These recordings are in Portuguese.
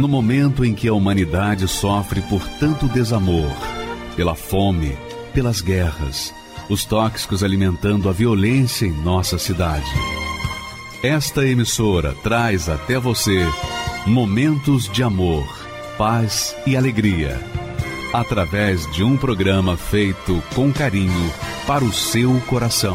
No momento em que a humanidade sofre por tanto desamor, pela fome, pelas guerras, os tóxicos alimentando a violência em nossa cidade. Esta emissora traz até você momentos de amor, paz e alegria, através de um programa feito com carinho para o seu coração.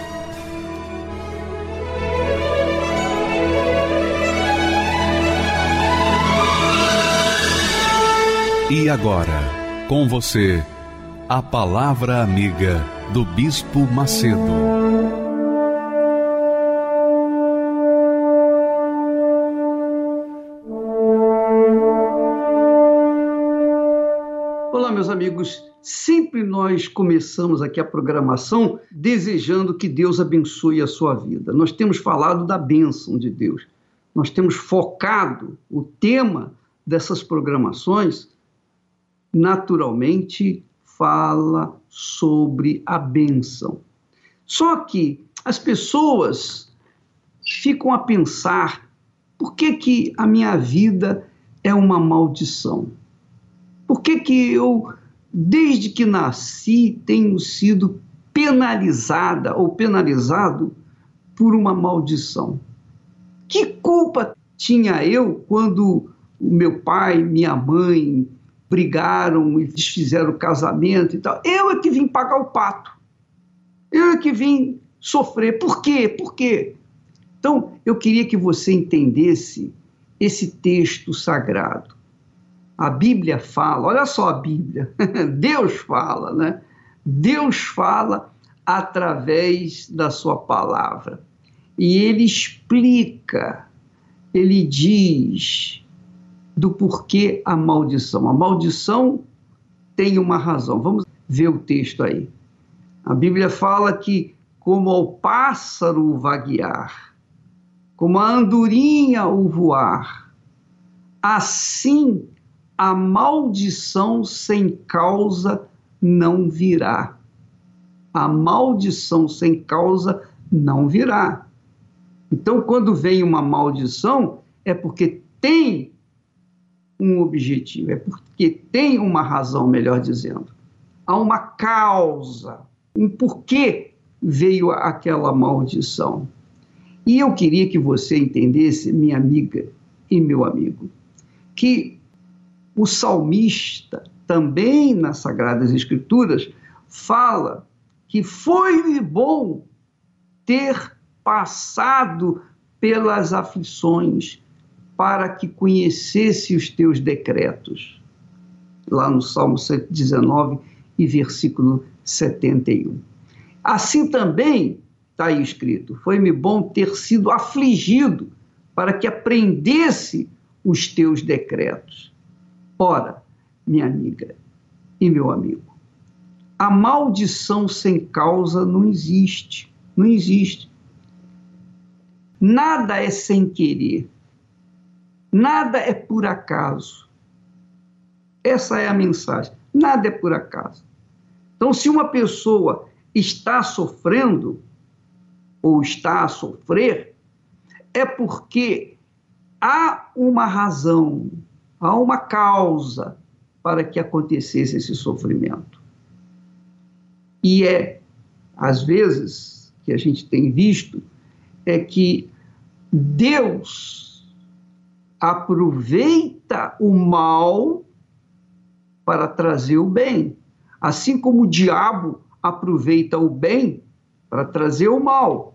E agora, com você, a Palavra Amiga do Bispo Macedo. Olá, meus amigos. Sempre nós começamos aqui a programação desejando que Deus abençoe a sua vida. Nós temos falado da bênção de Deus. Nós temos focado o tema dessas programações, naturalmente, fala sobre a bênção. Só que as pessoas ficam a pensar: por que a minha vida é uma maldição? Por que eu, desde que nasci, tenho sido penalizada ou penalizado por uma maldição? Que culpa tinha eu quando o meu pai, minha mãe brigaram e desfizeram o casamento e tal? Eu é que vim pagar o pato. Eu é que vim sofrer. Por quê? Por quê? Então, eu queria que você entendesse esse texto sagrado. A Bíblia fala, olha só a Bíblia, Deus fala, né? Deus fala através da sua palavra. E ele explica, ele diz do porquê a maldição. A maldição tem uma razão. Vamos ver o texto aí. A Bíblia fala que, como ao pássaro o vaguear, como a andorinha o voar, assim a maldição sem causa não virá. A maldição sem causa não virá. Então, quando vem uma maldição, é porque tem um objetivo, é porque tem uma razão, melhor dizendo. Há uma causa, um porquê veio aquela maldição. E eu queria que você entendesse, minha amiga e meu amigo, que o salmista, também nas Sagradas Escrituras, fala que foi-lhe bom ter passado pelas aflições, para que conhecesse os teus decretos. Lá no Salmo 119 e versículo 71. Assim também está aí escrito: foi-me bom ter sido afligido, para que aprendesse os teus decretos. Ora, minha amiga e meu amigo, a maldição sem causa não existe. Não existe. Nada é sem querer. Nada é por acaso. Essa é a mensagem. Nada é por acaso. Então, se uma pessoa está sofrendo ou está a sofrer, é porque há uma razão, há uma causa para que acontecesse esse sofrimento. E às vezes, que a gente tem visto, é que Deus aproveita o mal para trazer o bem, assim como o diabo aproveita o bem para trazer o mal.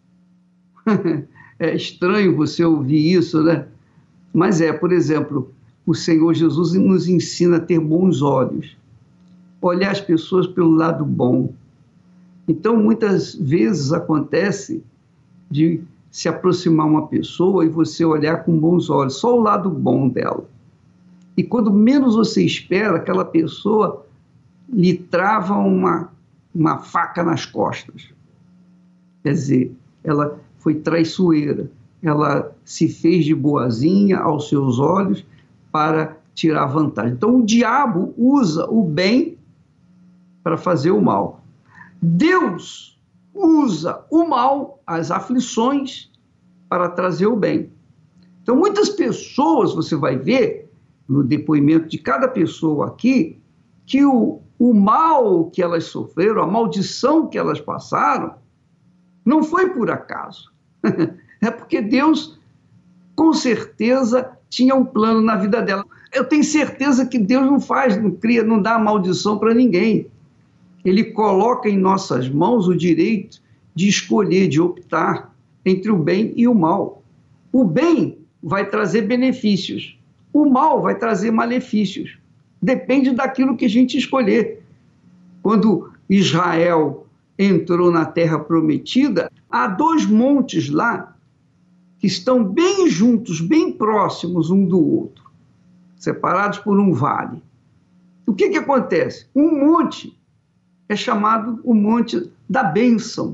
É estranho você ouvir isso, né? Mas por exemplo, o Senhor Jesus nos ensina a ter bons olhos, olhar as pessoas pelo lado bom. Então, muitas vezes acontece de se aproximar uma pessoa e você olhar com bons olhos, só o lado bom dela. E quando menos você espera, aquela pessoa lhe trava uma faca nas costas. Quer dizer, ela foi traiçoeira, ela se fez de boazinha aos seus olhos para tirar vantagem. Então, o diabo usa o bem para fazer o mal. Deus usa o mal, as aflições, para trazer o bem. Então, muitas pessoas, você vai ver, no depoimento de cada pessoa aqui, que o mal que elas sofreram, a maldição que elas passaram, não foi por acaso. É porque Deus, com certeza, tinha um plano na vida dela. Eu tenho certeza que Deus não faz, não cria, não dá maldição para ninguém. Ele coloca em nossas mãos o direito de escolher, de optar entre o bem e o mal. O bem vai trazer benefícios, o mal vai trazer malefícios. Depende daquilo que a gente escolher. Quando Israel entrou na Terra Prometida, há 2 montes lá que estão bem juntos, bem próximos um do outro, separados por um vale. O que acontece? Um monte é chamado o Monte da Bênção,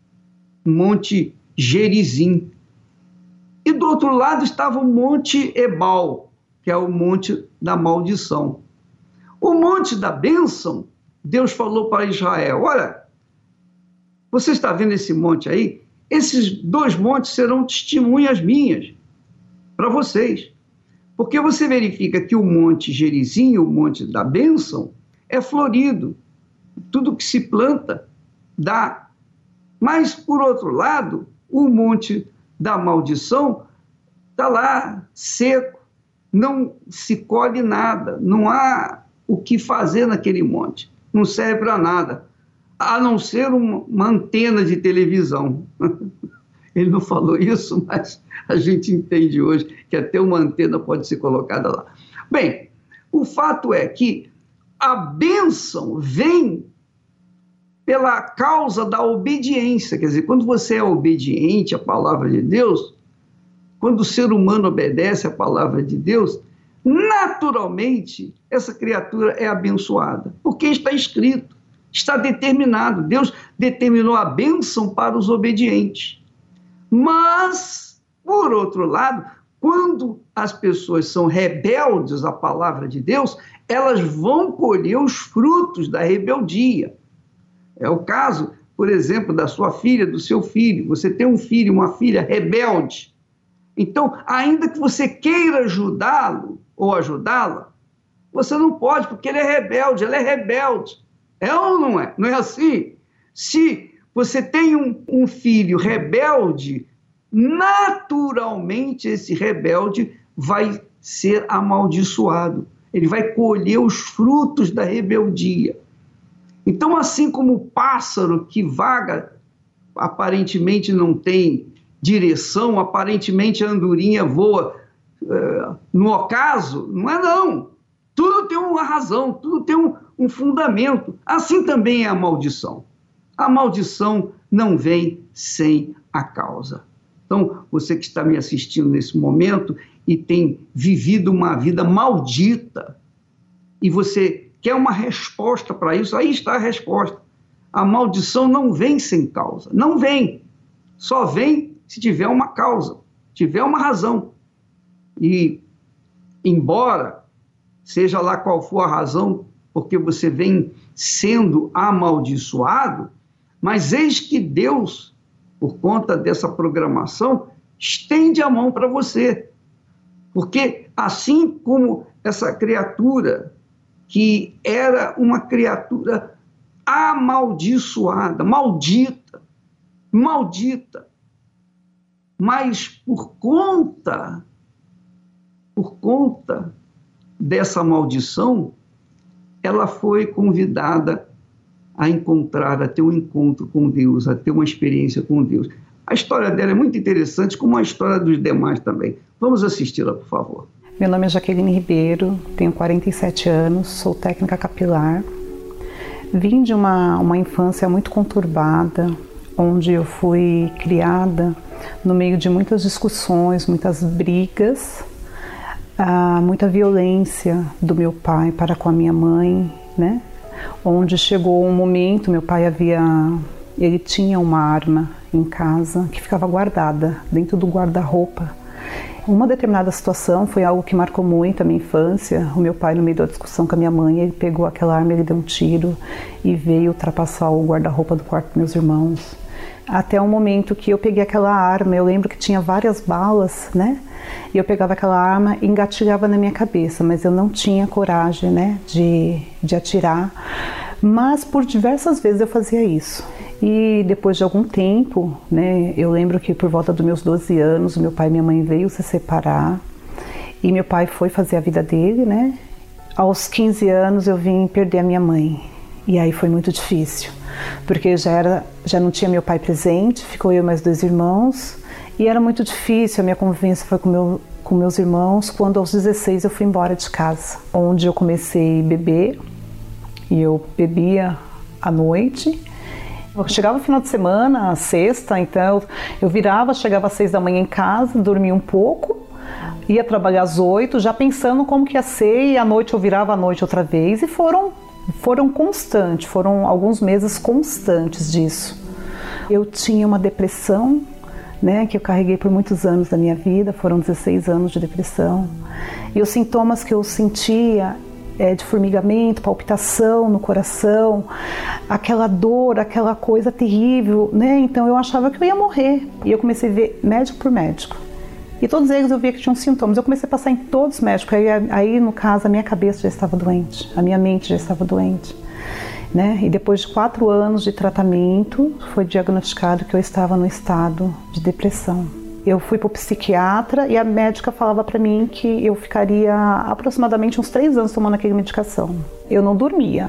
o Monte Gerizim. E do outro lado estava o Monte Ebal, que é o Monte da Maldição. O Monte da Bênção, Deus falou para Israel, olha, você está vendo esse monte aí? Esses 2 montes serão testemunhas minhas para vocês. Porque você verifica que o Monte Gerizim, o Monte da Bênção, é florido. Tudo que se planta dá. Mas, por outro lado, o Monte da Maldição está lá seco, não se colhe nada, não há o que fazer naquele monte, não serve para nada, a não ser uma antena de televisão. Ele não falou isso, mas a gente entende hoje que até uma antena pode ser colocada lá. Bem, o fato é que a bênção vem pela causa da obediência. Quer dizer, quando você é obediente à palavra de Deus, quando o ser humano obedece à palavra de Deus, naturalmente essa criatura é abençoada, porque está escrito, está determinado. Deus determinou a bênção para os obedientes. Mas, por outro lado, quando as pessoas são rebeldes à palavra de Deus, elas vão colher os frutos da rebeldia. É o caso, por exemplo, da sua filha, do seu filho. Você tem um filho, uma filha rebelde. Então, ainda que você queira ajudá-lo ou ajudá-la, você não pode, porque ele é rebelde, ela é rebelde. É ou não é? Não é assim? Se você tem um filho rebelde, naturalmente esse rebelde vai ser amaldiçoado. Ele vai colher os frutos da rebeldia. Então, assim como o pássaro que vaga, aparentemente não tem direção, aparentemente a andorinha voa no ocaso, não é não. Tudo tem uma razão, tudo tem um fundamento. Assim também é a maldição. A maldição não vem sem a causa. Então, você que está me assistindo nesse momento e tem vivido uma vida maldita, e você quer uma resposta para isso, aí está a resposta. A maldição não vem sem causa, não vem. Só vem se tiver uma causa, tiver uma razão. E, embora seja lá qual for a razão, porque você vem sendo amaldiçoado, mas eis que Deus, por conta dessa programação, estende a mão para você. Porque assim como essa criatura, que era uma criatura amaldiçoada, maldita, mas por conta dessa maldição, ela foi convidada a ter um encontro com Deus, a ter uma experiência com Deus. A história dela é muito interessante, como a história dos demais também. Vamos assisti-la, por favor. Meu nome é Jaqueline Ribeiro, tenho 47 anos, sou técnica capilar. Vim de uma infância muito conturbada, onde eu fui criada no meio de muitas discussões, muitas brigas, muita violência do meu pai para com a minha mãe, né? Onde chegou um momento, meu pai ele tinha uma arma em casa que ficava guardada dentro do guarda-roupa. Uma determinada situação foi algo que marcou muito a minha infância. O meu pai, no meio da discussão com a minha mãe, ele pegou aquela arma, ele deu um tiro e veio ultrapassar o guarda-roupa do quarto dos meus irmãos. Até o momento que eu peguei aquela arma, eu lembro que tinha várias balas, né? E eu pegava aquela arma e engatilhava na minha cabeça, mas eu não tinha coragem, né, de atirar. Mas por diversas vezes eu fazia isso. E depois de algum tempo, né, eu lembro que por volta dos meus 12 anos, meu pai e minha mãe veio se separar. E meu pai foi fazer a vida dele, né? Aos 15 anos eu vim perder a minha mãe. E aí foi muito difícil, porque já não tinha meu pai presente, ficou eu e mais 2 irmãos. E era muito difícil, a minha convivência foi com meus irmãos, quando aos 16 eu fui embora de casa, onde eu comecei a beber, e eu bebia à noite. Eu chegava no final de semana, sexta, então eu virava, chegava às 6 da manhã em casa, dormia um pouco, ia trabalhar às 8, já pensando como que ia ser, e à noite eu virava à noite outra vez, e foram constantes, foram alguns meses constantes disso. Eu tinha uma depressão, né, que eu carreguei por muitos anos da minha vida, foram 16 anos de depressão. E os sintomas que eu sentia de formigamento, palpitação no coração, aquela dor, aquela coisa terrível, né? Então eu achava que eu ia morrer. E eu comecei a ver médico por médico. E todos eles eu via que tinham sintomas. Eu comecei a passar em todos os médicos. Aí no caso, a minha cabeça já estava doente, a minha mente já estava doente. Né? E depois de 4 anos de tratamento, foi diagnosticado que eu estava no estado de depressão. Eu fui para o psiquiatra e a médica falava para mim que eu ficaria aproximadamente uns 3 anos tomando aquela medicação. Eu não dormia.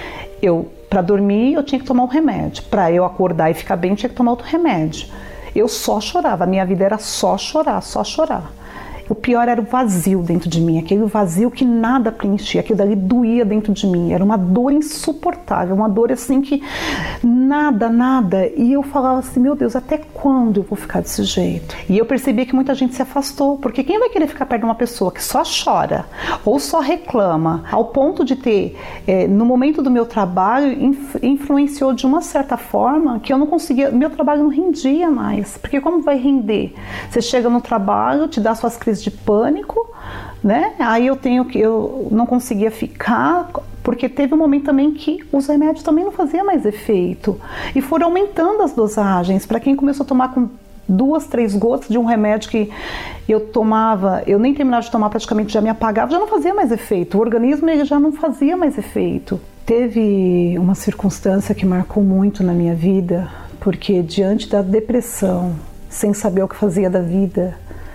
Para dormir, eu tinha que tomar um remédio. Para eu acordar e ficar bem, eu tinha que tomar outro remédio. Eu só chorava, a minha vida era só chorar, só chorar. O pior era o vazio dentro de mim, aquele vazio que nada preenchia, aquilo dali doía dentro de mim, era uma dor insuportável, uma dor assim que nada, e eu falava assim, meu Deus, até quando eu vou ficar desse jeito? E eu percebia que muita gente se afastou, porque quem vai querer ficar perto de uma pessoa que só chora, ou só reclama, ao ponto de ter, no momento do meu trabalho, influenciou de uma certa forma que eu não conseguia, meu trabalho não rendia mais, porque como vai render? Você chega no trabalho, te dá suas crises de pânico, né? Aí eu não conseguia ficar, porque teve um momento também que os remédios também não faziam mais efeito e foram aumentando as dosagens. Para quem começou a tomar com 2, 3 gotas de um remédio que eu tomava, eu nem terminava de tomar, praticamente já me apagava, já não fazia mais efeito, o organismo ele já não fazia mais efeito. Teve uma circunstância que marcou muito na minha vida, porque diante da depressão, sem saber o que fazia da vida,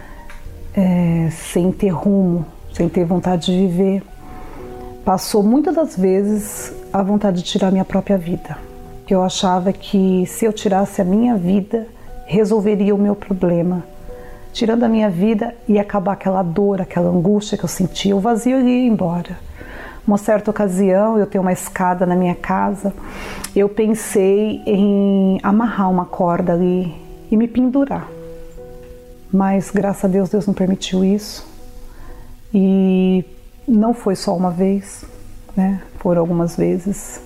sem ter rumo, sem ter vontade de viver, passou muitas das vezes a vontade de tirar minha própria vida. Eu achava que se eu tirasse a minha vida, resolveria o meu problema. Tirando a minha vida, ia acabar aquela dor, aquela angústia que eu sentia, o vazio ia embora. Uma certa ocasião, eu tenho uma escada na minha casa, eu pensei em amarrar uma corda ali e me pendurar. Mas, graças a Deus, Deus não permitiu isso. E não foi só uma vez, né? Foram algumas vezes.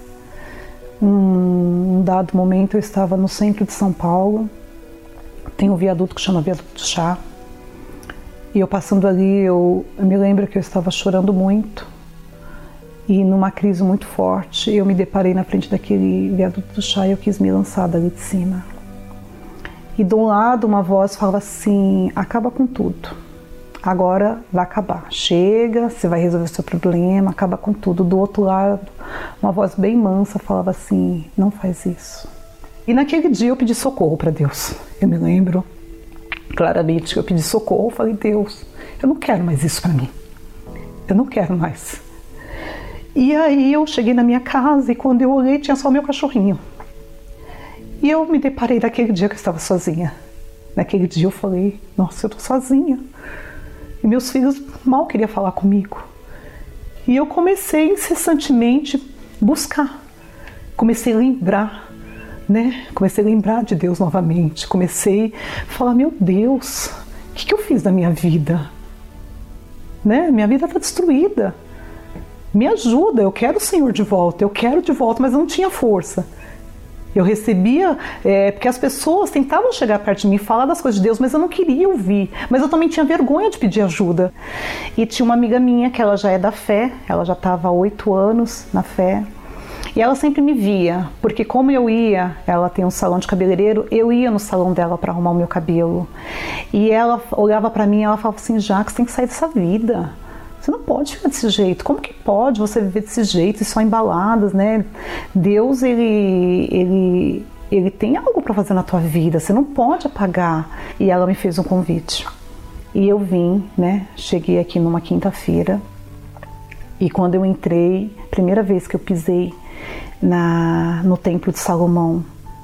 Um dado momento, eu estava no centro de São Paulo. Tem um viaduto que chama Viaduto do Chá. E eu passando ali, eu me lembro que eu estava chorando muito. E numa crise muito forte, eu me deparei na frente daquele Viaduto do Chá e eu quis me lançar dali de cima. E de um lado uma voz falava assim, acaba com tudo, agora vai acabar, chega, você vai resolver o seu problema, acaba com tudo. Do outro lado, uma voz bem mansa falava assim, não faz isso. E naquele dia eu pedi socorro para Deus, eu me lembro claramente que eu pedi socorro, falei, Deus, eu não quero mais isso para mim, eu não quero mais. E aí eu cheguei na minha casa e quando eu olhei tinha só o meu cachorrinho. E eu me deparei naquele dia que eu estava sozinha. Naquele dia eu falei, nossa, eu tô sozinha. E meus filhos mal queriam falar comigo. E eu comecei incessantemente a buscar. Comecei a lembrar, né? Comecei a lembrar de Deus novamente. Comecei a falar, meu Deus, o que eu fiz da minha vida? Né? Minha vida está destruída. Me ajuda, eu quero o Senhor de volta, eu quero de volta, mas eu não tinha força. Eu recebia, porque as pessoas tentavam chegar perto de mim e falar das coisas de Deus, mas eu não queria ouvir, mas eu também tinha vergonha de pedir ajuda. E tinha uma amiga minha que ela já é da fé, ela já estava há 8 anos na fé, E ela sempre me via, porque como eu ia, ela tem um salão de cabeleireiro, eu ia no salão dela para arrumar o meu cabelo. E ela olhava para mim e ela falava assim: Jaque, você tem que sair dessa vida. Você não pode ficar desse jeito. Como que pode você viver desse jeito e só embaladas, né? Deus, ele tem algo para fazer na tua vida. Você não pode apagar. E ela me fez um convite. E eu vim, né? Cheguei aqui numa quinta-feira. E quando eu entrei, primeira vez que eu pisei no Templo de Salomão,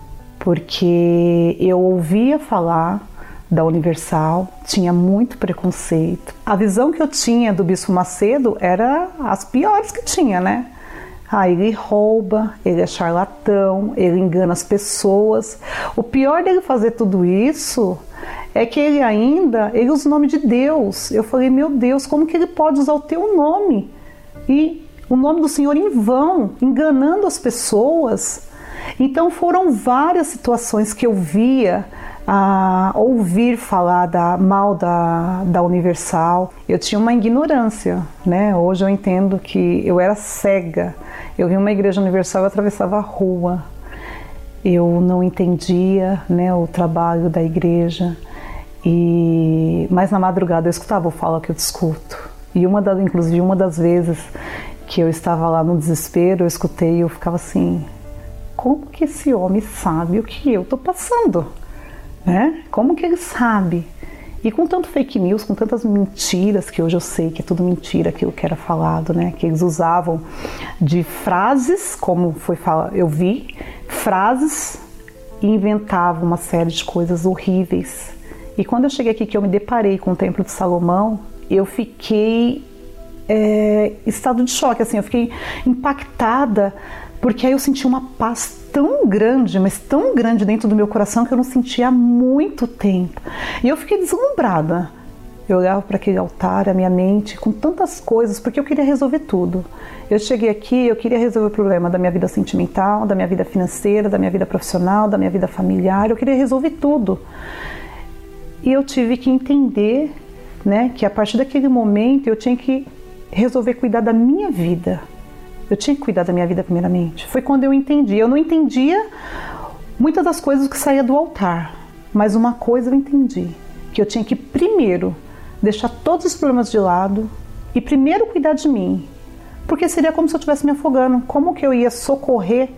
porque eu ouvia falar da Universal, tinha muito preconceito. A visão que eu tinha do Bispo Macedo era as piores que tinha, né? Ele rouba, ele é charlatão, ele engana as pessoas. O pior dele fazer tudo isso é que ele usa o nome de Deus. Eu falei: meu Deus, como que ele pode usar o teu nome? E o nome do Senhor em vão, enganando as pessoas. Então foram várias situações que eu via ouvir falar mal da Universal. Eu tinha uma ignorância, né? Hoje eu entendo que eu era cega. Eu vi uma igreja universal e atravessava a rua. Eu não entendia, né, o trabalho da igreja. Mas na madrugada eu escutava o Fala Que Eu Te Escuto. E inclusive uma das vezes que eu estava lá no desespero, eu escutei e eu ficava assim: como que esse homem sabe o que eu estou passando? Né? Como que ele sabe? E com tanto fake news, com tantas mentiras, que hoje eu sei que é tudo mentira aquilo que era falado, né? Que eles usavam de frases, como foi falado, eu vi frases e inventavam uma série de coisas horríveis. E quando eu cheguei aqui, que eu me deparei com o Templo de Salomão, eu fiquei em estado de choque, assim, eu fiquei impactada, porque aí eu senti uma paz tão grande, mas tão grande dentro do meu coração que eu não sentia há muito tempo. E eu fiquei deslumbrada. Eu olhava para aquele altar, a minha mente, com tantas coisas, porque eu queria resolver tudo. Eu cheguei aqui, eu queria resolver o problema da minha vida sentimental, da minha vida financeira, da minha vida profissional, da minha vida familiar, eu queria resolver tudo. E eu tive que entender, né, que a partir daquele momento eu tinha que resolver cuidar da minha vida. Eu tinha que cuidar da minha vida primeiramente. Foi quando eu entendi. Eu não entendia muitas das coisas que saía do altar, mas uma coisa eu entendi, que eu tinha que primeiro deixar todos os problemas de lado e primeiro cuidar de mim, porque seria como se eu estivesse me afogando. Como que eu ia socorrer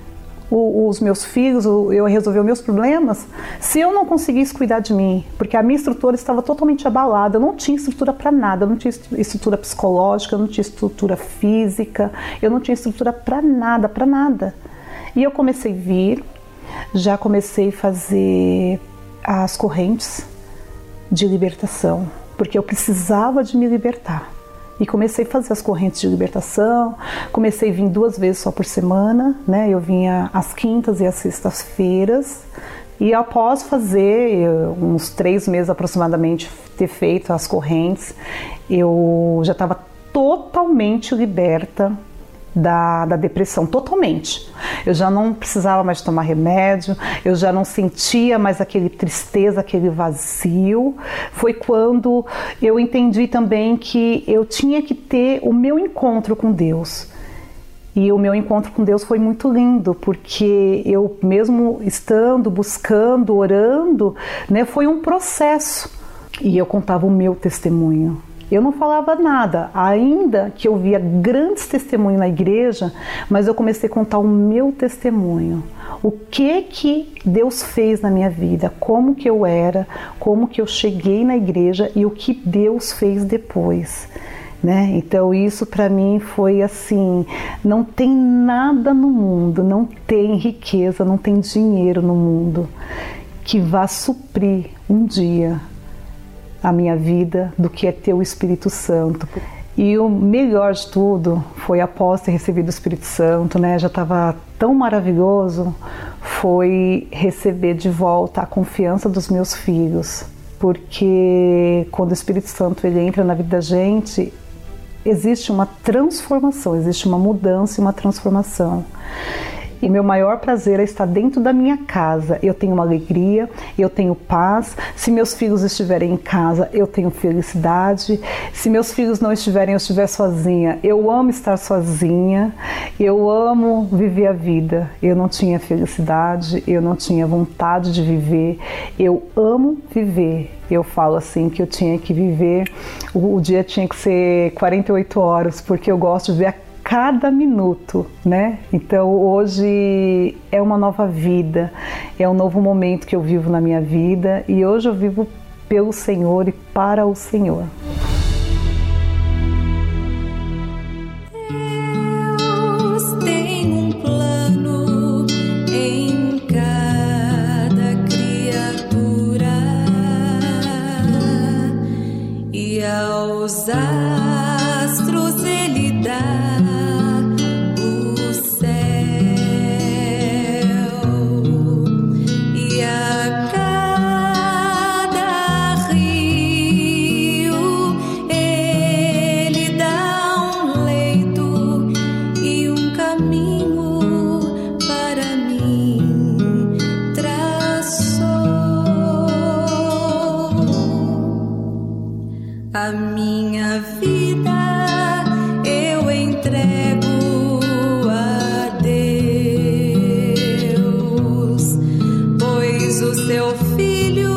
os meus filhos, eu ia resolver os meus problemas, se eu não conseguisse cuidar de mim? Porque a minha estrutura estava totalmente abalada, eu não tinha estrutura para nada, eu não tinha estrutura psicológica, eu não tinha estrutura física, eu não tinha estrutura para nada, para nada. E eu comecei a vir, já comecei a fazer as correntes de libertação, porque eu precisava de me libertar. E comecei a fazer as correntes de libertação, comecei a vir 2 vezes só por semana, né? Eu vinha às quintas e às sextas-feiras, e após fazer uns 3 meses aproximadamente, ter feito as correntes, eu já estava totalmente liberta da depressão, totalmente. Eu já não precisava mais tomar remédio, eu já não sentia mais aquele tristeza, aquele vazio. Foi quando eu entendi também que eu tinha que ter o meu encontro com Deus. E o meu encontro com Deus foi muito lindo, porque eu mesmo estando, buscando, orando, né, foi um processo. E eu contava o meu testemunho. Eu não falava nada, ainda que eu via grandes testemunhos na igreja, mas eu comecei a contar o meu testemunho. O que Deus fez na minha vida, como que eu era, como que eu cheguei na igreja e o que Deus fez depois, né? Então isso para mim foi assim, não tem nada no mundo, não tem riqueza, não tem dinheiro no mundo que vá suprir um dia a minha vida do que é ter o Espírito Santo. E o melhor de tudo foi, após ter recebido o Espírito Santo, né, já estava tão maravilhoso, foi receber de volta a confiança dos meus filhos, porque quando o Espírito Santo ele entra na vida da gente, existe uma transformação, existe uma mudança e uma transformação. O meu maior prazer é estar dentro da minha casa. Eu tenho uma alegria, eu tenho paz. Se meus filhos estiverem em casa, eu tenho felicidade. Se meus filhos não estiverem, eu estiver sozinha, eu amo estar sozinha. Eu amo viver a vida. Eu não tinha felicidade, eu não tinha vontade de viver. Eu amo viver. Eu falo assim que eu tinha que viver, o dia tinha que ser 48 horas, porque eu gosto de ver a cada minuto, né? Então hoje é uma nova vida, é um novo momento que eu vivo na minha vida e hoje eu vivo pelo Senhor e para o Senhor. Aos astros ele dá o céu e a cada rio ele dá um leito e um caminho para mim traçou. A minha vida eu entrego a Deus, pois o seu Filho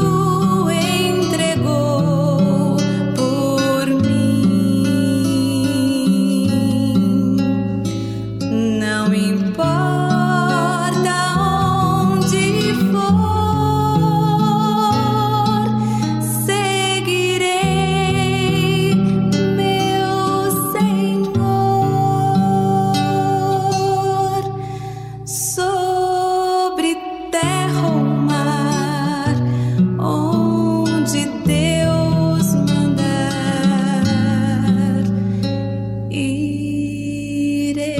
entregou por mim. Não importa onde for, seguirei meu Senhor. Sobre terra ou mar, onde Deus mandar, irei.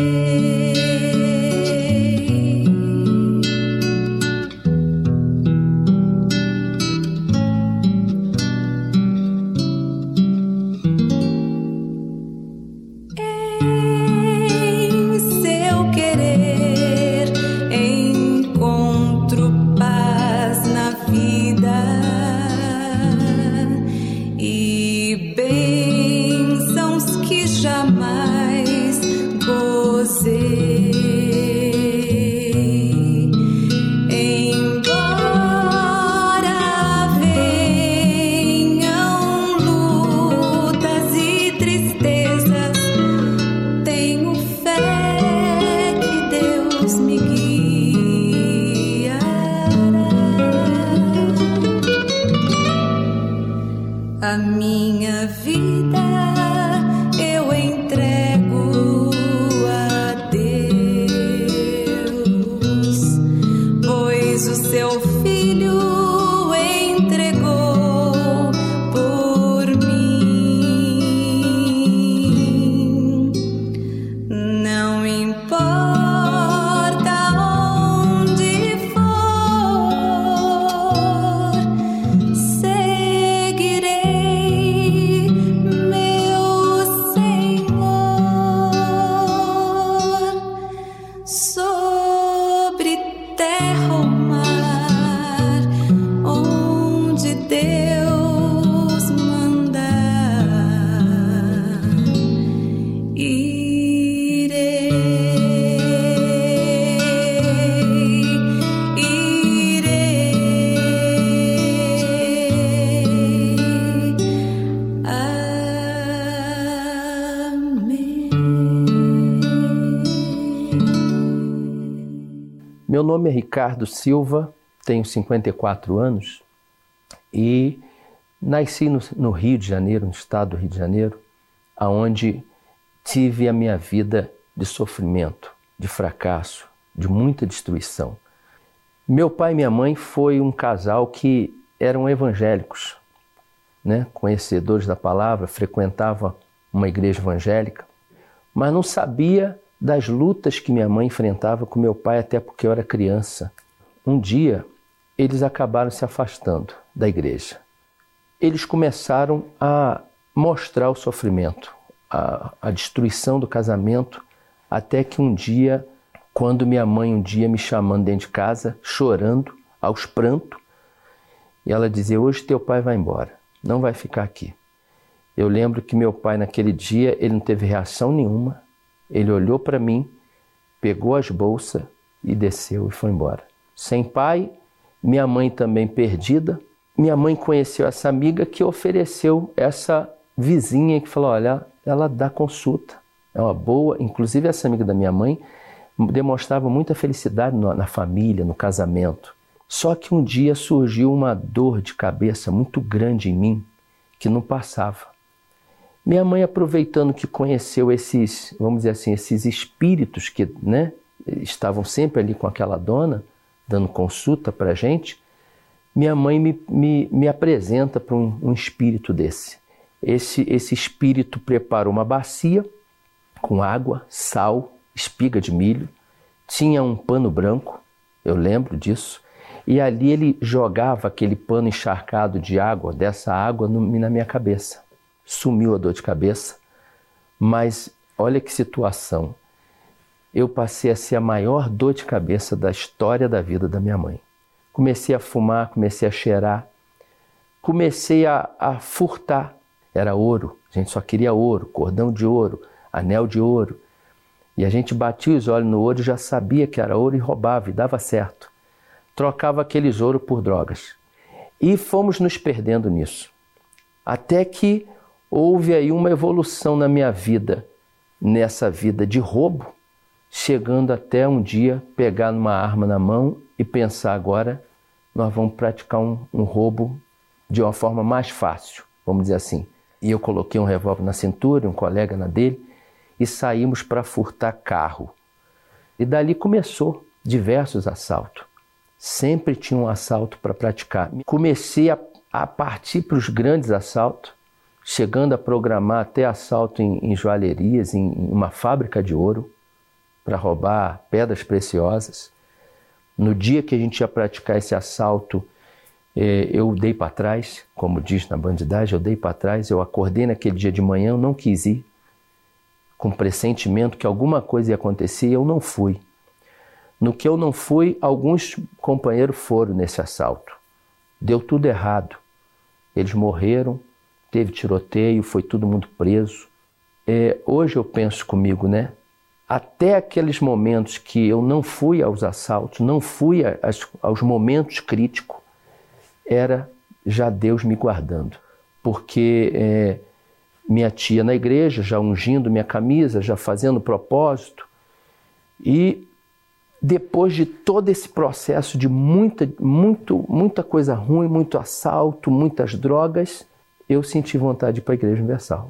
Em seu querer encontro paz na vida e bênçãos que jamais gozei. Embora venham lutas e tristezas, tenho fé que Deus me guiará. A minha vida eu entrego a Deus, pois o seu Filho entregou por mim. Não importa onde for, seguirei meu Senhor. Sobre terra ou mar, onde Deus mandar, irei, amém. Meu nome é Ricardo Silva, tenho 54 anos e nasci no Rio de Janeiro, no estado do Rio de Janeiro, onde tive a minha vida de sofrimento, de fracasso, de muita destruição. Meu pai e minha mãe foi um casal que eram evangélicos, né? Conhecedores da palavra, frequentava uma igreja evangélica, mas não sabia das lutas que minha mãe enfrentava com meu pai, até porque eu era criança. Um dia, eles acabaram se afastando da igreja. Eles começaram a mostrar o sofrimento, a destruição do casamento, até que um dia, quando minha mãe um dia me chamando dentro de casa, chorando, aos prantos, e ela dizia: hoje teu pai vai embora, não vai ficar aqui. Eu lembro que meu pai naquele dia, ele não teve reação nenhuma, ele olhou para mim, pegou as bolsas e desceu e foi embora. Sem pai, minha mãe também perdida. Minha mãe conheceu essa amiga que ofereceu essa vizinha que falou: olha, ela dá consulta, é uma boa. Inclusive essa amiga da minha mãe demonstrava muita felicidade na família, no casamento. Só que um dia surgiu uma dor de cabeça muito grande em mim, que não passava. Minha mãe, aproveitando que conheceu esses, vamos dizer assim, esses espíritos que, né, estavam sempre ali com aquela dona, dando consulta para a gente, minha mãe me apresenta para um espírito desse. Esse espírito preparou uma bacia com água, sal, espiga de milho, tinha um pano branco, eu lembro disso, e ali ele jogava aquele pano encharcado de água, dessa água na minha cabeça. Sumiu a dor de cabeça, mas olha que situação. Eu passei a ser a maior dor de cabeça da história da vida da minha mãe. Comecei a fumar, comecei a cheirar, comecei a furtar. Era ouro, a gente só queria ouro, cordão de ouro, anel de ouro. E a gente batia os olhos no ouro e já sabia que era ouro e roubava, e dava certo. Trocava aqueles ouro por drogas. E fomos nos perdendo nisso. Até que houve aí uma evolução na minha vida, nessa vida de roubo, chegando até um dia pegar uma arma na mão e pensar: agora nós vamos praticar um roubo de uma forma mais fácil, vamos dizer assim. E eu coloquei um revólver na cintura, um colega na dele, e saímos para furtar carro. E dali começou diversos assaltos. Sempre tinha um assalto para praticar. Comecei a partir para os grandes assaltos, chegando a programar até assalto em joalherias, em uma fábrica de ouro, para roubar pedras preciosas. No dia que a gente ia praticar esse assalto, eu dei para trás, como diz na bandidagem, eu dei para trás. Eu acordei naquele dia de manhã, eu não quis ir, com pressentimento que alguma coisa ia acontecer, e eu não fui. No que eu não fui, alguns companheiros foram nesse assalto. Deu tudo errado. Eles morreram, teve tiroteio, foi todo mundo preso. Hoje eu penso comigo, né? Até aqueles momentos que eu não fui aos assaltos, não fui aos momentos críticos, era já Deus me guardando. Porque minha tia na igreja, já ungindo minha camisa, já fazendo propósito. E depois de todo esse processo de muita coisa ruim, muito assalto, muitas drogas, eu senti vontade de ir para a Igreja Universal.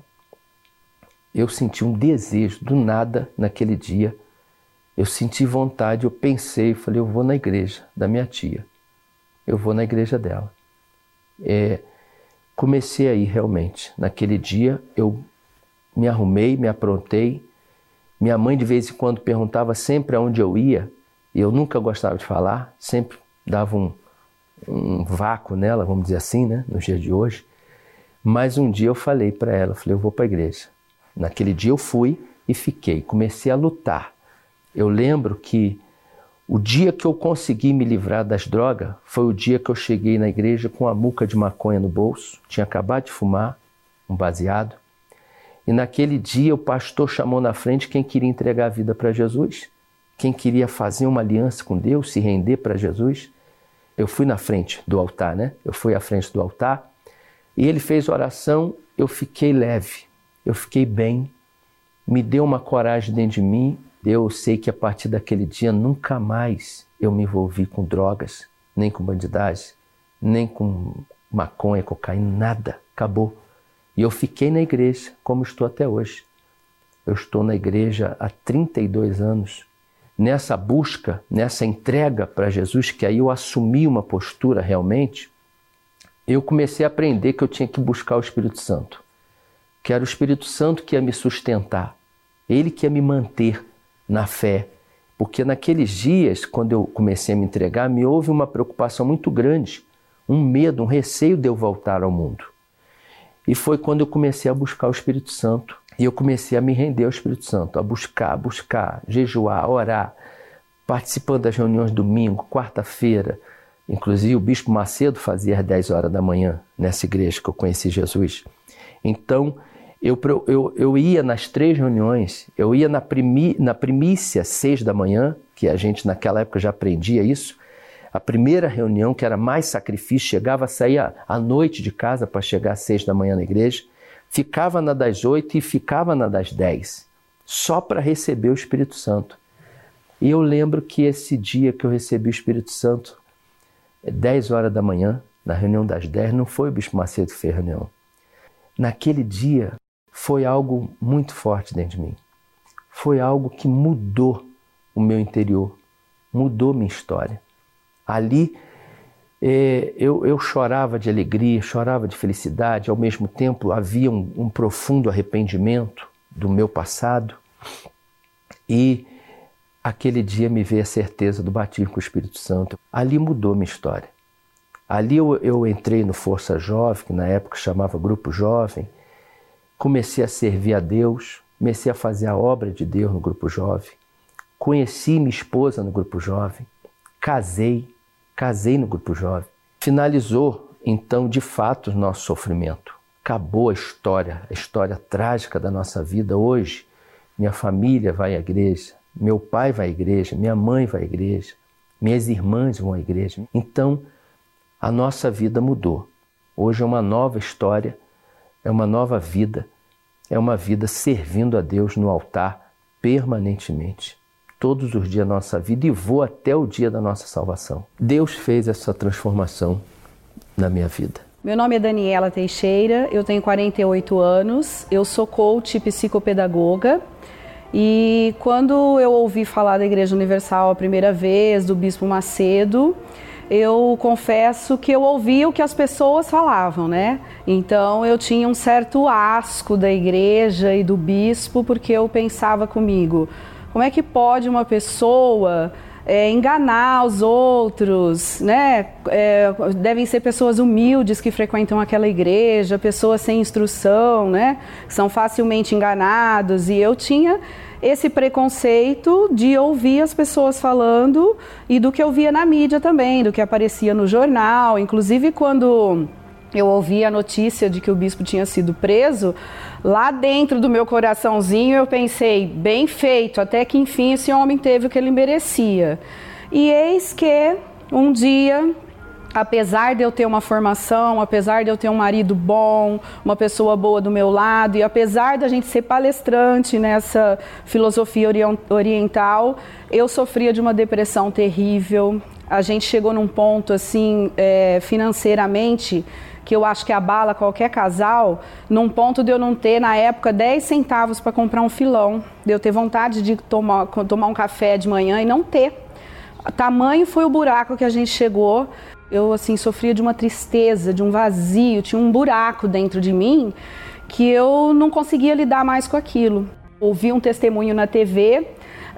Eu senti um desejo, do nada, naquele dia. Eu senti vontade, eu pensei, falei: eu vou na igreja da minha tia. Eu vou na igreja dela. Comecei a ir realmente. Naquele dia eu me arrumei, me aprontei. Minha mãe de vez em quando perguntava sempre aonde eu ia. E eu nunca gostava de falar, sempre dava um vácuo nela, vamos dizer assim, né, nos dias de hoje. Mas um dia eu falei para ela, eu vou para a igreja. Naquele dia eu fui e fiquei, comecei a lutar. Eu lembro que o dia que eu consegui me livrar das drogas foi o dia que eu cheguei na igreja com uma muca de maconha no bolso, tinha acabado de fumar um baseado. E naquele dia o pastor chamou na frente quem queria entregar a vida para Jesus, quem queria fazer uma aliança com Deus, se render para Jesus. Eu fui na frente do altar, né? Eu fui à frente do altar e ele fez oração, eu fiquei leve, eu fiquei bem, me deu uma coragem dentro de mim. Eu sei que a partir daquele dia nunca mais eu me envolvi com drogas, nem com bandidagem, nem com maconha, cocaína, nada, acabou. E eu fiquei na igreja como estou até hoje. Eu estou na igreja há 32 anos. Nessa busca, nessa entrega para Jesus, que aí eu assumi uma postura realmente, eu comecei a aprender que eu tinha que buscar o Espírito Santo. Que era o Espírito Santo que ia me sustentar. Ele que ia me manter na fé. Porque naqueles dias, quando eu comecei a me entregar, me houve uma preocupação muito grande, um medo, um receio de eu voltar ao mundo. E foi quando eu comecei a buscar o Espírito Santo. E eu comecei a me render ao Espírito Santo, a buscar, jejuar, orar, participando das reuniões domingo, quarta-feira. Inclusive o Bispo Macedo fazia às 10 horas da manhã nessa igreja que eu conheci Jesus. Então, eu ia nas 3 reuniões, eu ia na primícia, 6 da manhã, que a gente naquela época já aprendia isso. A primeira reunião, que era mais sacrifício, chegava a sair à noite de casa para chegar às 6 da manhã na igreja, ficava na das 8 e ficava na das 10, só para receber o Espírito Santo. E eu lembro que esse dia que eu recebi o Espírito Santo, 10 horas da manhã, na reunião das 10, não foi o Bispo Macedo que fez a reunião. Naquele dia, foi algo muito forte dentro de mim. Foi algo que mudou o meu interior, mudou minha história. Ali, eu chorava de alegria, chorava de felicidade, ao mesmo tempo havia um profundo arrependimento do meu passado. E aquele dia me veio a certeza do batismo com o Espírito Santo. Ali mudou minha história. Ali eu entrei no Força Jovem, que na época chamava Grupo Jovem, comecei a servir a Deus, comecei a fazer a obra de Deus no Grupo Jovem, conheci minha esposa no Grupo Jovem, casei no Grupo Jovem. Finalizou, então, de fato, o nosso sofrimento. Acabou a história trágica da nossa vida. Hoje, minha família vai à igreja, meu pai vai à igreja, minha mãe vai à igreja, minhas irmãs vão à igreja. Então, a nossa vida mudou. Hoje é uma nova história, é uma nova vida, é uma vida servindo a Deus no altar permanentemente. Todos os dias da nossa vida e vou até o dia da nossa salvação. Deus fez essa transformação na minha vida. Meu nome é Daniela Teixeira, eu tenho 48 anos, eu sou coach e psicopedagoga. E quando eu ouvi falar da Igreja Universal a primeira vez, do Bispo Macedo, eu confesso que eu ouvia o que as pessoas falavam, né? Então eu tinha um certo asco da igreja e do bispo, porque eu pensava comigo, como é que pode uma pessoa enganar os outros, né? Devem ser pessoas humildes que frequentam aquela igreja, pessoas sem instrução, né? Que são facilmente enganados. E eu tinha esse preconceito de ouvir as pessoas falando e do que eu via na mídia também, do que aparecia no jornal. Inclusive, quando eu ouvi a notícia de que o bispo tinha sido preso, lá dentro do meu coraçãozinho eu pensei, bem feito, até que enfim esse homem teve o que ele merecia. E eis que um dia, apesar de eu ter uma formação, apesar de eu ter um marido bom, uma pessoa boa do meu lado, e apesar da gente ser palestrante nessa filosofia oriental, eu sofria de uma depressão terrível. A gente chegou num ponto assim, financeiramente, que eu acho que abala qualquer casal, num ponto de eu não ter, na época, 10 centavos para comprar um filão, de eu ter vontade de tomar um café de manhã e não ter. Tamanho foi o buraco que a gente chegou. Eu, assim, sofria de uma tristeza, de um vazio, tinha um buraco dentro de mim que eu não conseguia lidar mais com aquilo. Ouvi um testemunho na TV,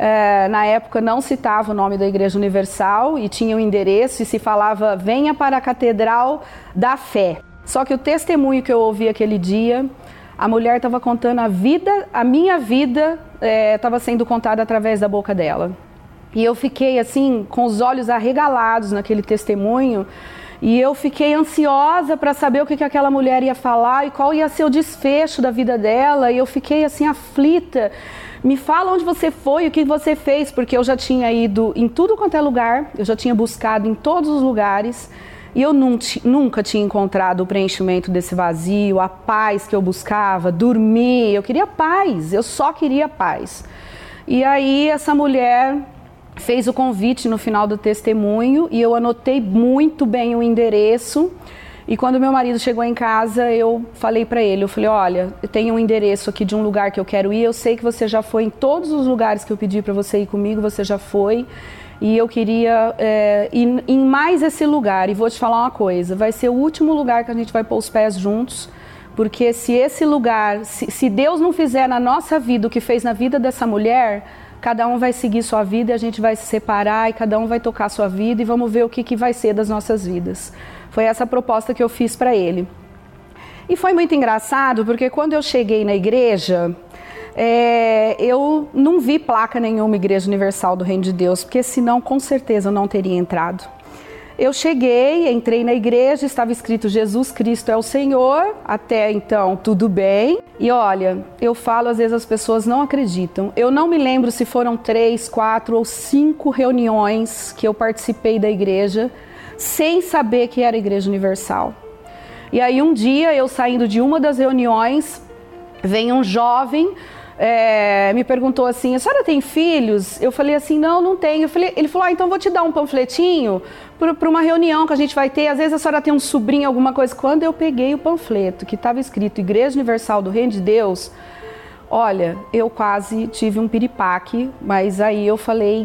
na época não citava o nome da Igreja Universal e tinha um endereço e se falava, venha para a Catedral da Fé. Só que o testemunho que eu ouvi aquele dia, a mulher estava contando a minha vida estava sendo contada através da boca dela. E eu fiquei assim, com os olhos arregalados naquele testemunho, e eu fiquei ansiosa para saber o que aquela mulher ia falar e qual ia ser o desfecho da vida dela, e eu fiquei assim aflita. Me fala onde você foi, o que você fez, porque eu já tinha ido em tudo quanto é lugar, eu já tinha buscado em todos os lugares, e eu nunca tinha encontrado o preenchimento desse vazio, a paz que eu buscava, dormir, eu queria paz, eu só queria paz. E aí essa mulher fez o convite no final do testemunho e eu anotei muito bem o endereço. E quando meu marido chegou em casa, eu falei para ele, eu falei, olha, eu tenho um endereço aqui de um lugar que eu quero ir, eu sei que você já foi em todos os lugares que eu pedi para você ir comigo, você já foi, e eu queria ir em mais esse lugar, e vou te falar uma coisa, vai ser o último lugar que a gente vai pôr os pés juntos, porque se esse lugar, se Deus não fizer na nossa vida o que fez na vida dessa mulher, cada um vai seguir sua vida e a gente vai se separar e cada um vai tocar sua vida e vamos ver o que vai ser das nossas vidas. Foi essa a proposta que eu fiz para ele. E foi muito engraçado porque quando eu cheguei na igreja, eu não vi placa nenhuma Igreja Universal do Reino de Deus, porque senão com certeza eu não teria entrado. Eu cheguei, entrei na igreja, estava escrito Jesus Cristo é o Senhor, até então tudo bem. E olha, eu falo, às vezes as pessoas não acreditam. Eu não me lembro se foram 3, 4 ou 5 reuniões que eu participei da igreja sem saber que era Igreja Universal. E aí um dia, eu saindo de uma das reuniões, vem um jovem, me perguntou assim, a senhora tem filhos? Eu falei assim, não tenho. Ele falou, então vou te dar um panfletinho para uma reunião que a gente vai ter. Às vezes a senhora tem um sobrinho, alguma coisa. Quando eu peguei o panfleto que estava escrito Igreja Universal do Reino de Deus, olha, eu quase tive um piripaque, mas aí eu falei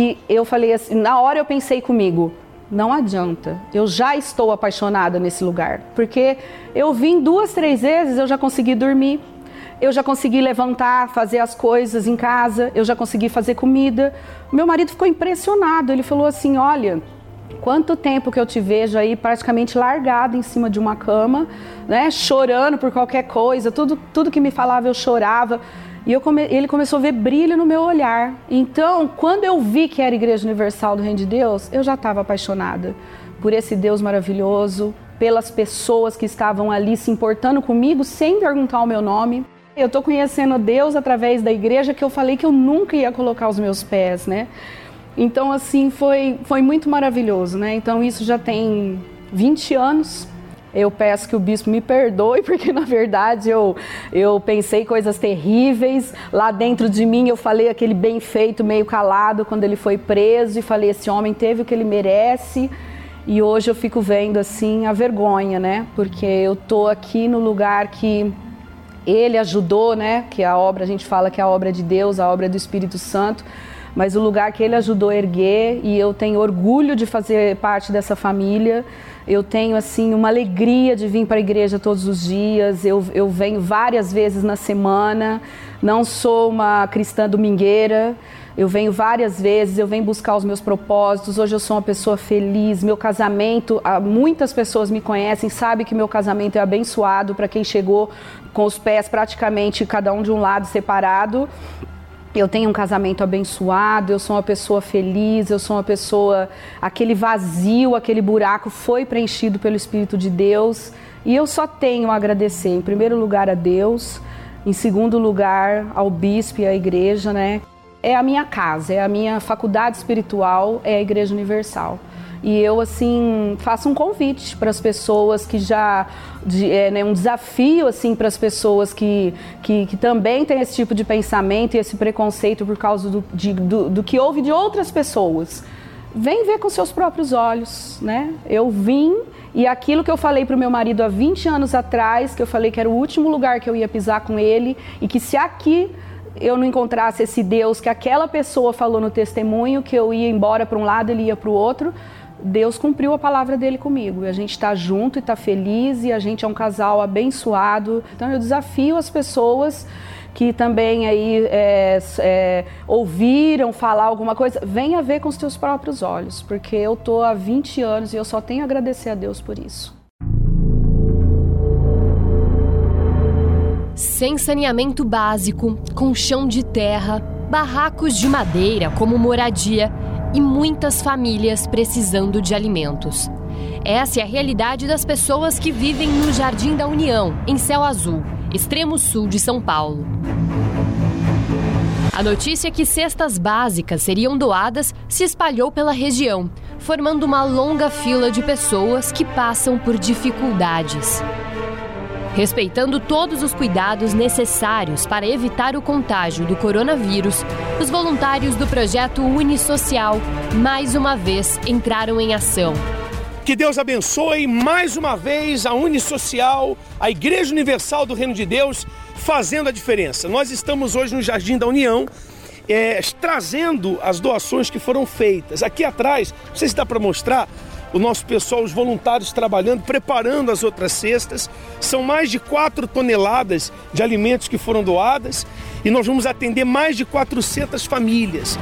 assim, na hora eu pensei comigo, não adianta, eu já estou apaixonada nesse lugar, porque eu vim 2, 3 vezes, eu já consegui dormir. Eu já consegui levantar, fazer as coisas em casa, eu já consegui fazer comida. Meu marido ficou impressionado, ele falou assim, olha, quanto tempo que eu te vejo aí praticamente largado em cima de uma cama, né, chorando por qualquer coisa, tudo que me falava eu chorava. E ele começou a ver brilho no meu olhar. Então, quando eu vi que era Igreja Universal do Reino de Deus, eu já estava apaixonada por esse Deus maravilhoso, pelas pessoas que estavam ali se importando comigo sem perguntar o meu nome. Eu estou conhecendo Deus através da igreja que eu falei que eu nunca ia colocar os meus pés, né? Então, assim, foi muito maravilhoso, né? Então, isso já tem 20 anos. Eu peço que o bispo me perdoe, porque, na verdade, eu pensei coisas terríveis. Lá dentro de mim, eu falei aquele bem feito, meio calado, quando ele foi preso. E falei, esse homem teve o que ele merece. E hoje eu fico vendo, assim, a vergonha, né? Porque eu tô aqui no lugar que ele ajudou, né? Que a obra, a gente fala que é a obra de Deus, a obra do Espírito Santo, mas o lugar que ele ajudou a erguer, e eu tenho orgulho de fazer parte dessa família. Eu tenho, assim, uma alegria de vir para a igreja todos os dias. Eu venho várias vezes na semana, não sou uma cristã domingueira. Eu venho várias vezes, eu venho buscar os meus propósitos. Hoje eu sou uma pessoa feliz. Meu casamento, muitas pessoas me conhecem, sabem que meu casamento é abençoado para quem chegou com os pés praticamente cada um de um lado separado. Eu tenho um casamento abençoado, eu sou uma pessoa feliz, eu sou uma pessoa... Aquele vazio, aquele buraco foi preenchido pelo Espírito de Deus. E eu só tenho a agradecer, em primeiro lugar, a Deus, em segundo lugar, ao bispo e à igreja, né? É a minha casa, é a minha faculdade espiritual, é a Igreja Universal. E eu, assim, faço um convite para as pessoas que já... um desafio, assim, para as pessoas que também têm esse tipo de pensamento e esse preconceito por causa do que houve de outras pessoas. Vem ver com seus próprios olhos, né? Eu vim e aquilo que eu falei para o meu marido há 20 anos atrás, que eu falei que era o último lugar que eu ia pisar com ele, e que se aqui eu não encontrasse esse Deus que aquela pessoa falou no testemunho, que eu ia embora para um lado, ele ia para o outro, Deus cumpriu a palavra dele comigo. E a gente está junto e está feliz, e a gente é um casal abençoado. Então eu desafio as pessoas que também aí ouviram falar alguma coisa, venha ver com os teus próprios olhos, porque eu estou há 20 anos e eu só tenho a agradecer a Deus por isso. Sem saneamento básico, com chão de terra, barracos de madeira como moradia e muitas famílias precisando de alimentos. Essa é a realidade das pessoas que vivem no Jardim da União, em Céu Azul, extremo sul de São Paulo. A notícia que cestas básicas seriam doadas se espalhou pela região, formando uma longa fila de pessoas que passam por dificuldades. Respeitando todos os cuidados necessários para evitar o contágio do coronavírus, os voluntários do projeto Unisocial, mais uma vez, entraram em ação. Que Deus abençoe mais uma vez a Unisocial, a Igreja Universal do Reino de Deus, fazendo a diferença. Nós estamos hoje no Jardim da União, trazendo as doações que foram feitas. Aqui atrás, não sei se dá para mostrar, o nosso pessoal, os voluntários trabalhando, preparando as outras cestas. São mais de 4 toneladas de alimentos que foram doadas e nós vamos atender mais de 400 famílias.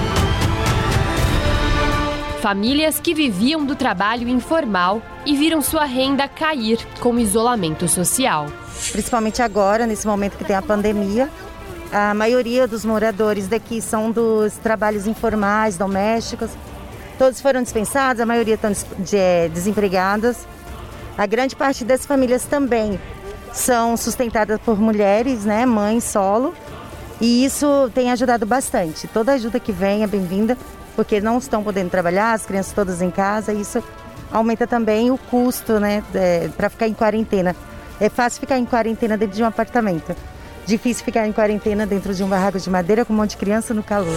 Famílias que viviam do trabalho informal e viram sua renda cair com o isolamento social. Principalmente agora, nesse momento que tem a pandemia, A maioria dos moradores daqui são dos trabalhos informais, domésticos. Todos foram dispensados, a maioria estão desempregadas. A grande parte das famílias também são sustentadas por mulheres, né, mães solo. E isso tem ajudado bastante. Toda ajuda que vem é bem-vinda, porque não estão podendo trabalhar, as crianças todas em casa. E isso aumenta também o custo, né, para ficar em quarentena. É fácil ficar em quarentena dentro de um apartamento. Difícil ficar em quarentena dentro de um barraco de madeira com um monte de criança no calor.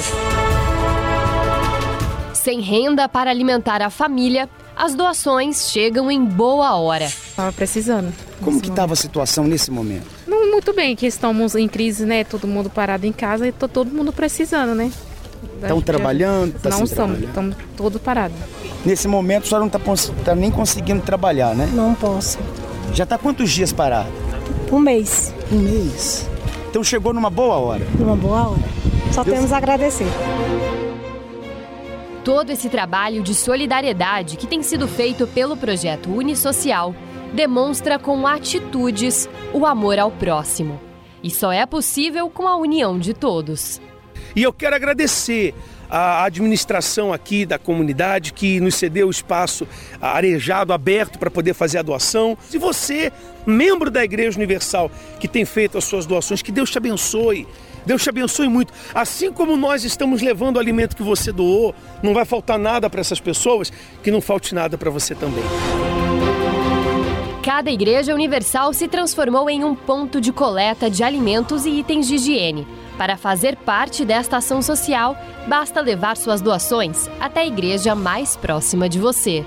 Sem renda para alimentar a família, as doações chegam em boa hora. Estava precisando. Como que estava a situação nesse momento? Não muito bem, que estamos em crise, né? Todo mundo parado em casa e todo mundo precisando, né? Estão trabalhando? Não estamos todos parados. Nesse momento a senhora não está nem conseguindo trabalhar, né? Não posso. Já está quantos dias parado? Um mês. Um mês. Então chegou numa boa hora. Numa boa hora. Só temos a agradecer. Todo esse trabalho de solidariedade que tem sido feito pelo projeto Unisocial demonstra com atitudes o amor ao próximo. E só é possível com a união de todos. E eu quero agradecer a administração aqui da comunidade que nos cedeu o espaço arejado, aberto para poder fazer a doação. Se você, membro da Igreja Universal, que tem feito as suas doações, que Deus te abençoe. Deus te abençoe muito. Assim como nós estamos levando o alimento que você doou, não vai faltar nada para essas pessoas, que não falte nada para você também. Cada Igreja Universal se transformou em um ponto de coleta de alimentos e itens de higiene. Para fazer parte desta ação social, basta levar suas doações até a igreja mais próxima de você.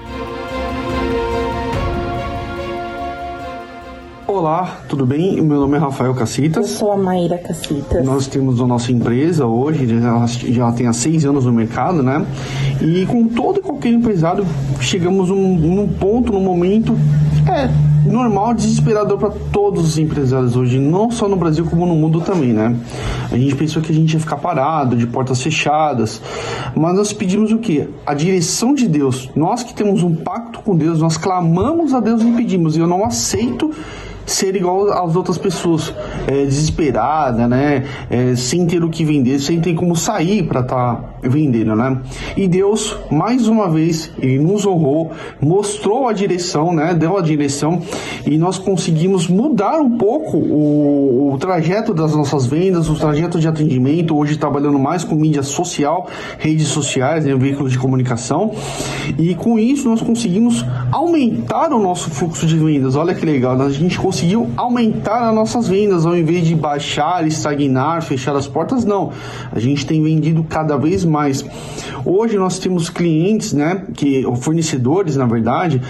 Olá, tudo bem? Meu nome é Rafael Cacitas. Eu sou a Maíra Cacitas. Nós temos a nossa empresa hoje, já tem há 6 anos no mercado, né? E com todo e qualquer empresário, chegamos num ponto, num momento normal, desesperador para todos os empresários hoje, não só no Brasil como no mundo também, né? A gente pensou que a gente ia ficar parado, de portas fechadas, mas nós pedimos o quê? A direção de Deus. Nós que temos um pacto com Deus, nós clamamos a Deus e pedimos, e eu não aceito ser igual às outras pessoas, desesperada, né? Sem ter o que vender, sem ter como sair para estar vendendo, né? E Deus, mais uma vez, Ele nos honrou, mostrou a direção, né? Deu a direção e nós conseguimos mudar um pouco o trajeto das nossas vendas, o trajeto de atendimento, hoje trabalhando mais com mídia social, redes sociais, né? Veículos de comunicação, e com isso nós conseguimos aumentar o nosso fluxo de vendas. Olha que legal, a gente conseguiu aumentar as nossas vendas, ao invés de baixar, estagnar, fechar as portas, não. A gente tem vendido cada vez mais. Hoje nós temos clientes, né, fornecedores, na verdade,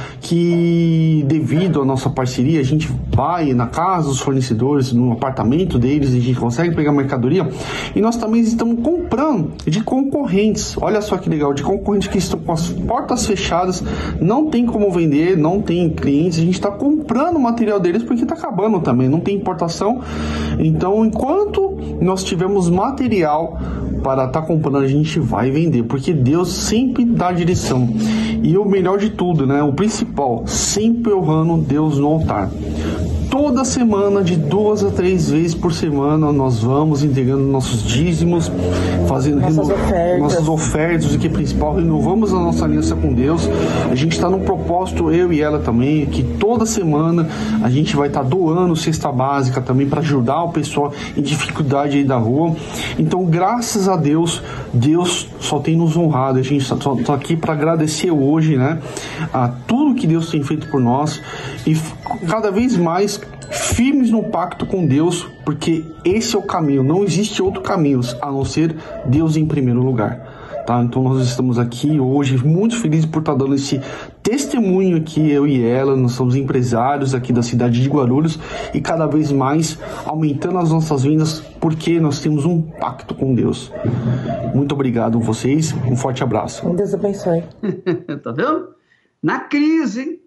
que devido à nossa parceria, a gente vai na casa dos fornecedores, no apartamento deles, a gente consegue pegar mercadoria, e nós também estamos comprando de concorrentes. Olha só que legal, de concorrentes que estão com as portas fechadas, não tem como vender, não tem clientes, a gente está comprando o material deles porque está acabando também, não tem importação. Então, enquanto nós tivermos material para estar comprando, a gente vai vender, porque Deus sempre dá direção. E o melhor de tudo, né, o principal, sempre honrando Deus no altar. Toda semana, de 2 a 3 vezes por semana, nós vamos entregando nossos dízimos, fazendo nossas ofertas, o que é principal, renovamos a nossa aliança com Deus. A gente está num propósito, eu e ela também, que toda semana a gente vai estar doando cesta básica também para ajudar o pessoal em dificuldade aí da rua. Então, graças a Deus, Deus só tem nos honrado. A gente está aqui para agradecer hoje, né, a tudo que Deus tem feito por nós e cada vez mais firmes no pacto com Deus, porque esse é o caminho, não existe outro caminho a não ser Deus em primeiro lugar, tá? Então nós estamos aqui hoje muito felizes por estar dando esse testemunho aqui, eu e ela, nós somos empresários aqui da cidade de Guarulhos e cada vez mais aumentando as nossas vendas, porque nós temos um pacto com Deus. Muito obrigado a vocês, um forte abraço. Deus abençoe. Tá vendo? Na crise,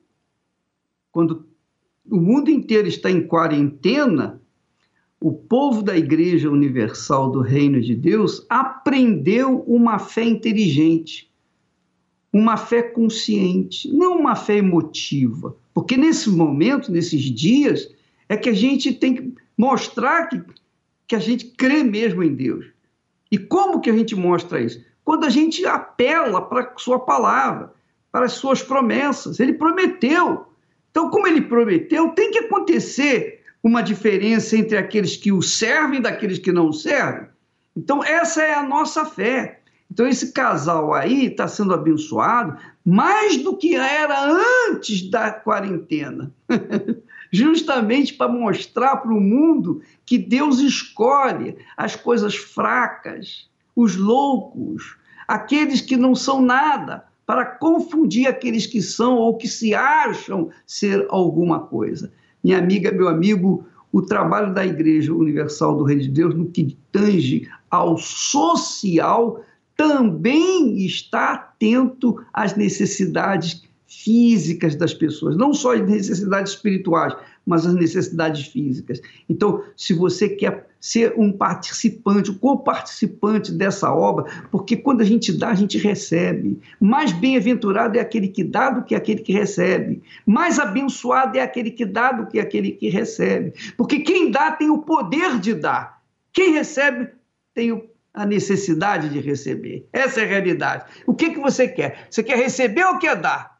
quando o mundo inteiro está em quarentena, o povo da Igreja Universal do Reino de Deus aprendeu uma fé inteligente, uma fé consciente, não uma fé emotiva. Porque nesse momento, nesses dias, é que a gente tem que mostrar que a gente crê mesmo em Deus. E como que a gente mostra isso? Quando a gente apela para a sua palavra, para as suas promessas. Ele prometeu. Então, como ele prometeu, tem que acontecer uma diferença entre aqueles que o servem e daqueles que não o servem. Então, essa é a nossa fé. Então, esse casal aí está sendo abençoado mais do que era antes da quarentena. Justamente para mostrar para o mundo que Deus escolhe as coisas fracas, os loucos, aqueles que não são nada, para confundir aqueles que são ou que se acham ser alguma coisa. Minha amiga, meu amigo, o trabalho da Igreja Universal do Reino de Deus, no que tange ao social, também está atento às necessidades físicas das pessoas, não só as necessidades espirituais, mas as necessidades físicas. Então, se você quer ser um participante, um co-participante dessa obra, porque quando a gente dá, a gente recebe. Mais bem-aventurado é aquele que dá do que aquele que recebe. Mais abençoado é aquele que dá do que aquele que recebe. Porque quem dá tem o poder de dar. Quem recebe tem a necessidade de receber. Essa é a realidade. O que você quer? Você quer receber ou quer dar?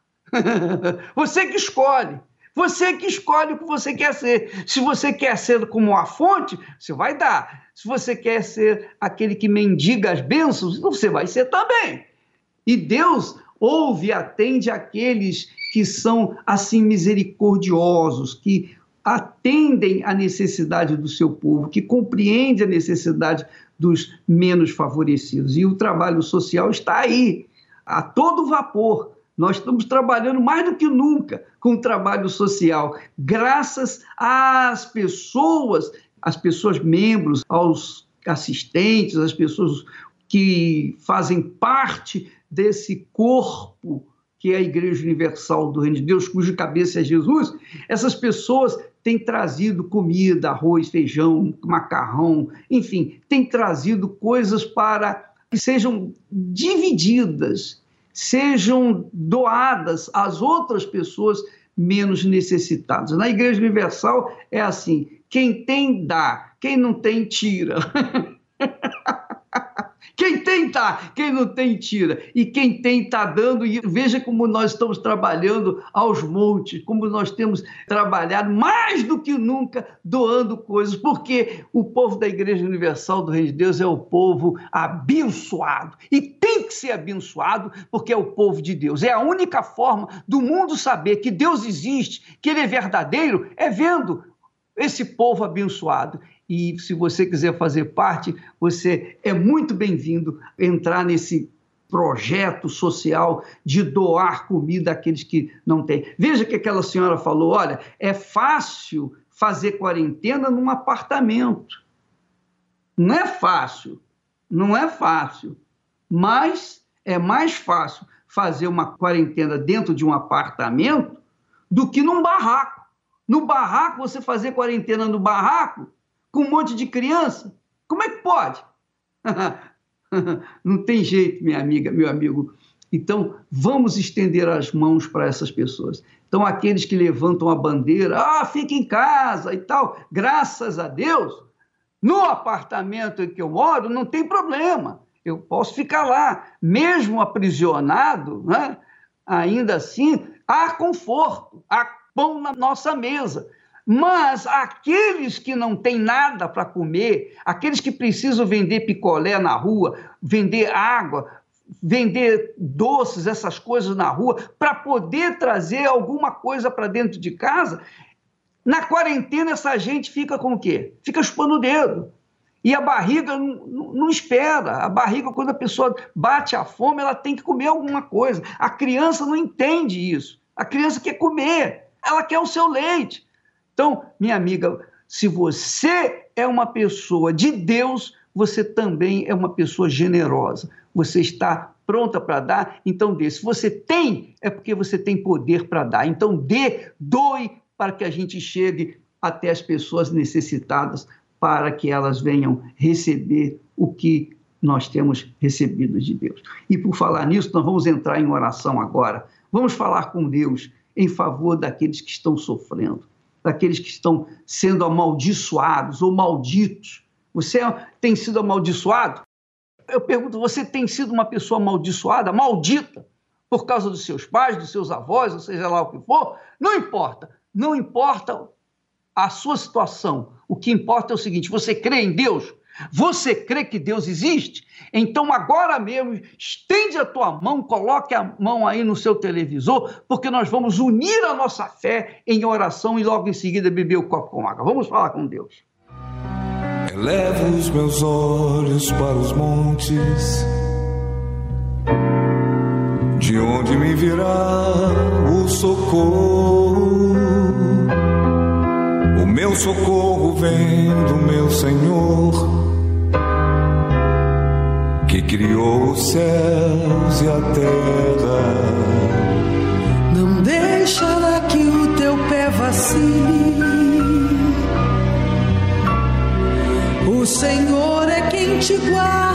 Você que escolhe. Você que escolhe o que você quer ser. Se você quer ser como a fonte, você vai dar. Se você quer ser aquele que mendiga as bênçãos, você vai ser também. E Deus ouve e atende aqueles que são assim misericordiosos, que atendem à necessidade do seu povo, que compreendem a necessidade dos menos favorecidos. E o trabalho social está aí, a todo vapor. Nós estamos trabalhando mais do que nunca com o trabalho social, graças às pessoas membros, aos assistentes, às pessoas que fazem parte desse corpo que é a Igreja Universal do Reino de Deus, cuja cabeça é Jesus. Essas pessoas têm trazido comida, arroz, feijão, macarrão, enfim, têm trazido coisas para que sejam divididas, sejam doadas às outras pessoas menos necessitadas. Na Igreja Universal é assim, quem tem, dá, quem não tem, tira. Quem tem, dá, quem não tem, tira. E quem tem, está dando. E veja como nós estamos trabalhando aos montes, como nós temos trabalhado mais do que nunca doando coisas, porque o povo da Igreja Universal do Reino de Deus é o povo abençoado. E tem que ser abençoado porque é o povo de Deus. É a única forma do mundo saber que Deus existe, que Ele é verdadeiro, é vendo esse povo abençoado. E se você quiser fazer parte, você é muito bem-vindo a entrar nesse projeto social de doar comida àqueles que não têm. Veja que aquela senhora falou, olha, é fácil fazer quarentena num apartamento. Não é fácil, mas é mais fácil fazer uma quarentena dentro de um apartamento do que num barraco. No barraco, você fazer quarentena no barraco, com um monte de criança, como é que pode? Não tem jeito, minha amiga, meu amigo. Então, vamos estender as mãos para essas pessoas. Então, aqueles que levantam a bandeira, fica em casa e tal, graças a Deus, no apartamento em que eu moro, não tem problema. Eu posso ficar lá, mesmo aprisionado, né? Ainda assim, há conforto, há pão na nossa mesa. Mas aqueles que não têm nada para comer, aqueles que precisam vender picolé na rua, vender água, vender doces, essas coisas na rua, para poder trazer alguma coisa para dentro de casa, na quarentena essa gente fica com o quê? Fica chupando o dedo. E a barriga não espera. A barriga, quando a pessoa bate a fome, ela tem que comer alguma coisa. A criança não entende isso. A criança quer comer, ela quer o seu leite. Então, minha amiga, se você é uma pessoa de Deus, você também é uma pessoa generosa. Você está pronta para dar, então dê. Se você tem, é porque você tem poder para dar. Então doe para que a gente chegue até as pessoas necessitadas, para que elas venham receber o que nós temos recebido de Deus. E por falar nisso, nós vamos entrar em oração agora. Vamos falar com Deus em favor daqueles que estão sofrendo, daqueles que estão sendo amaldiçoados ou malditos Você tem sido amaldiçoado? Eu pergunto, você tem sido uma pessoa amaldiçoada, maldita, por causa dos seus pais, dos seus avós, ou seja lá o que for? Não importa. Não importa a sua situação. O que importa é o seguinte, você crê em Deus? Você crê que Deus existe? Então agora mesmo, estende a tua mão, coloque a mão aí no seu televisor, porque nós vamos unir a nossa fé em oração e logo em seguida beber o copo com água. Vamos falar com Deus. Elevo os meus olhos para os montes, de onde me virá o socorro. O meu socorro vem do meu Senhor, que criou os céus e a terra. Não deixará que o teu pé vacile. O Senhor é quem te guarda.